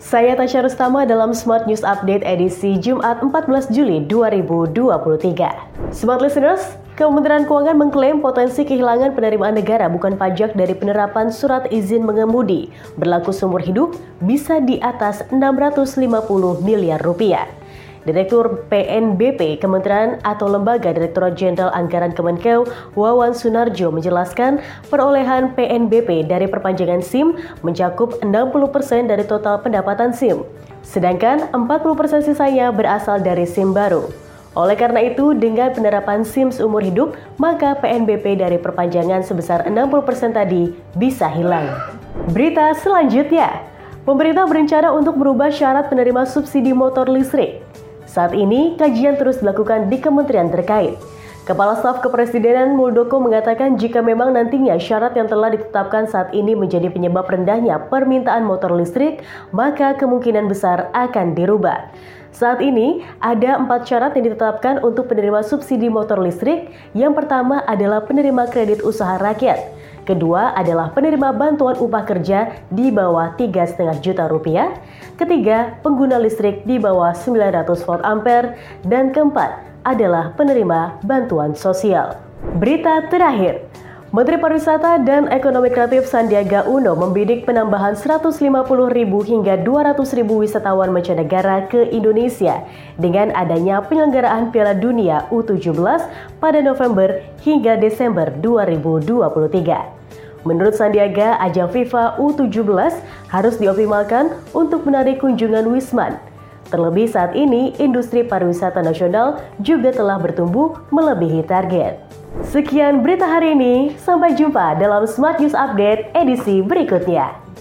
Saya Tasya Rustama dalam Smart News Update edisi Jumat 14 Juli 2023. Smart Listeners, Kementerian Keuangan mengklaim potensi kehilangan penerimaan negara bukan pajak dari penerapan surat izin mengemudi berlaku seumur hidup bisa di atas 650 miliar rupiah. Direktur PNBP Kementerian atau Lembaga Direktorat Jenderal Anggaran Kemenkeu, Wawan Sunarjo menjelaskan perolehan PNBP dari perpanjangan SIM mencakup 60% dari total pendapatan SIM. Sedangkan 40% sisanya berasal dari SIM baru. Oleh karena itu, dengan penerapan SIM seumur hidup, maka PNBP dari perpanjangan sebesar 60% tadi bisa hilang. Berita selanjutnya, pemerintah berencana untuk merubah syarat penerima subsidi motor listrik. Saat ini, kajian terus dilakukan di kementerian terkait. Kepala Staf Kepresidenan Muldoko mengatakan jika memang nantinya syarat yang telah ditetapkan saat ini menjadi penyebab rendahnya permintaan motor listrik, maka kemungkinan besar akan dirubah. Saat ini, ada 4 syarat yang ditetapkan untuk penerima subsidi motor listrik. Yang pertama adalah penerima kredit usaha rakyat. Kedua adalah penerima bantuan upah kerja di bawah 3,5 juta rupiah. Ketiga, pengguna listrik di bawah 900 volt ampere. Dan keempat adalah penerima bantuan sosial. Berita terakhir, Menteri Pariwisata dan Ekonomi Kreatif Sandiaga Uno membidik penambahan 150.000 hingga 200.000 wisatawan mancanegara ke Indonesia dengan adanya penyelenggaraan Piala Dunia U17 pada November hingga Desember 2023. Menurut Sandiaga, ajang FIFA U17 harus dioptimalkan untuk menarik kunjungan Wisman. Terlebih saat ini, industri pariwisata nasional juga telah bertumbuh melebihi target. Sekian berita hari ini, sampai jumpa dalam Smart News Update edisi berikutnya.